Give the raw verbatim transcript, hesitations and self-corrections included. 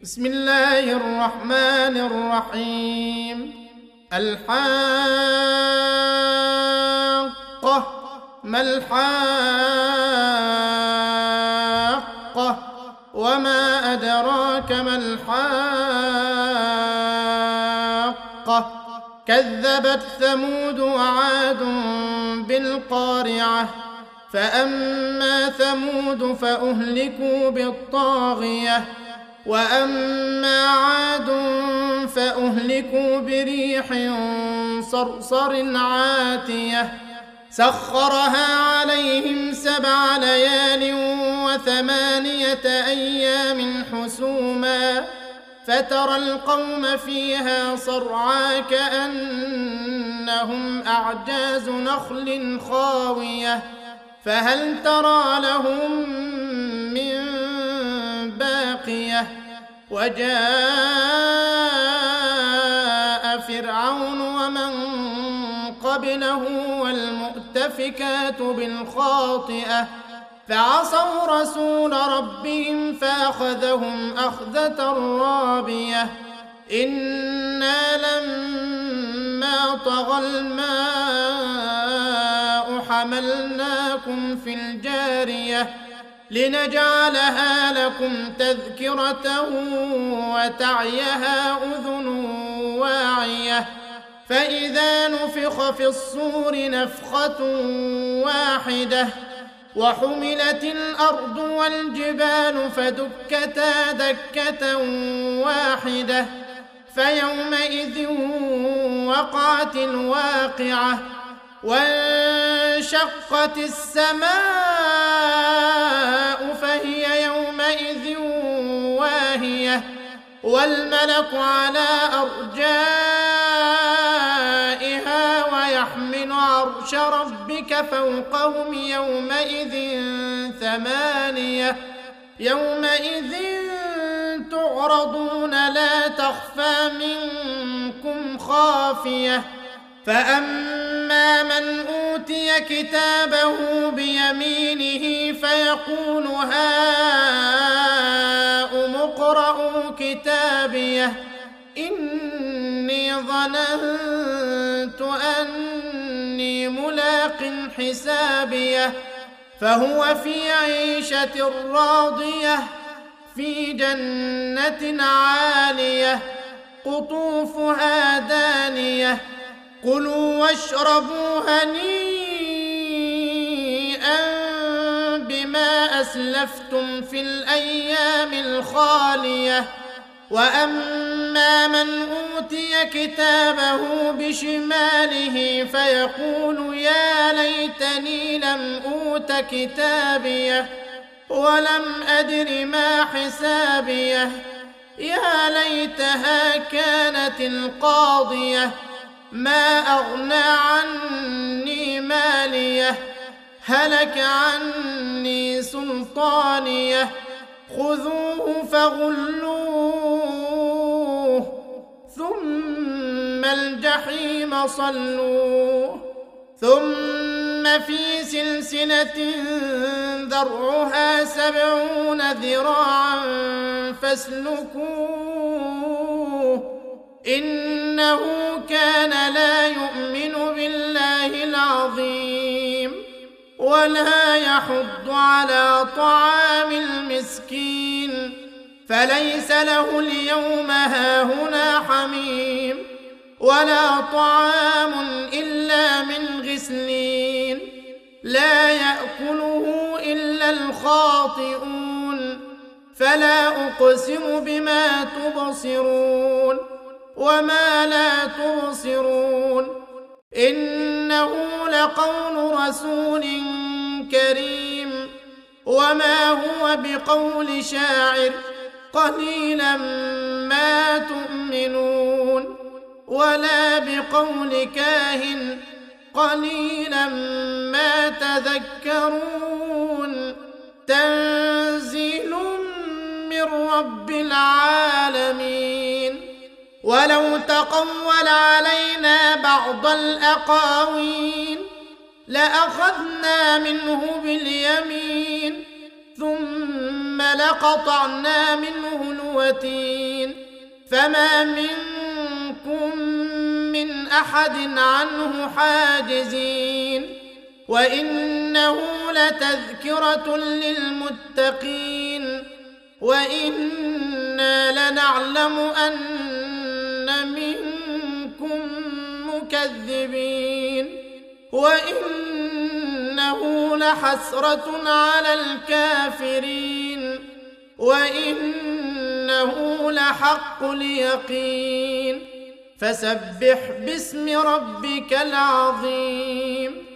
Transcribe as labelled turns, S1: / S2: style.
S1: بسم الله الرحمن الرحيم. الحاقة. ما الحاقة؟ وما أدراك ما الحاقة؟ كذبت ثمود وعاد بالقارعة. فأما ثمود فأهلكوا بالطاغية، وأما عاد فأهلكوا بريح صرصر عاتية سخرها عليهم سبع ليال وثمانية أيام حسوما، فترى القوم فيها صرعى كأنهم أعجاز نخل خاوية، فهل ترى لهم من باقية؟ وجاء فرعون ومن قبله والمؤتفكات بالخاطئة فعصوا رسول ربهم فأخذهم أخذة رابية. إنا لما طغى الماء حملناكم في الجارية لنجعلها لكم تذكرة وتعيها أذن واعية. فإذا نفخ في الصور نفخة واحدة وحملت الأرض والجبال فدكتا دكة واحدة فيومئذ وقعت الواقعة، وانشقت السماء فهي يومئذ واهية، والملك على أرجائها ويحمل عرش ربك فوقهم يومئذ ثمانية. يومئذ تعرضون لا تخفى منكم خافية. فأما من أوتي كتابه بيمينه فيقول هاؤم اقرءوا كتابيه إني ظننت أني ملاق حسابيه، فهو في عيشة راضية في جنة عالية قطوفها دانية. كلوا واشربوا هنيئا بما أسلفتم في الأيام الخالية. وأما من أوتي كتابه بشماله فيقول يا ليتني لم أوت كتابيه ولم أدر ما حسابيه، يا ليتها كانت القاضية ما أغنى عني ماليه هلك عني سلطانيه. خذوه فغلوه ثم الجحيم صلوه ثم في سلسلة ذرعها سبعون ذراعا فاسلكوه إنه كان لا يؤمن بالله العظيم ولا يحض على طعام المسكين، فليس له اليوم هاهنا حميم ولا طعام إلا من غسلين لا يأكله إلا الخاطئون. فلا أقسم بما تبصرون وما لا تبصرون إنه لقول رسول كريم وما هو بقول شاعر قليلا ما تؤمنون ولا بقول كاهن قليلا ما تذكرون. تنزيل من رب العالمين. ولو تقول علينا بعض الأقاويل لأخذنا منه باليمين ثم لقطعنا منه الوتين وتين فما منكم من أحد عنه حاجزين وإنه لتذكرة للمتقين وإنا لنعلم أن منكم مكذبين وإنه لحسرة على الكافرين وإنه لحق اليقين فسبح باسم ربك العظيم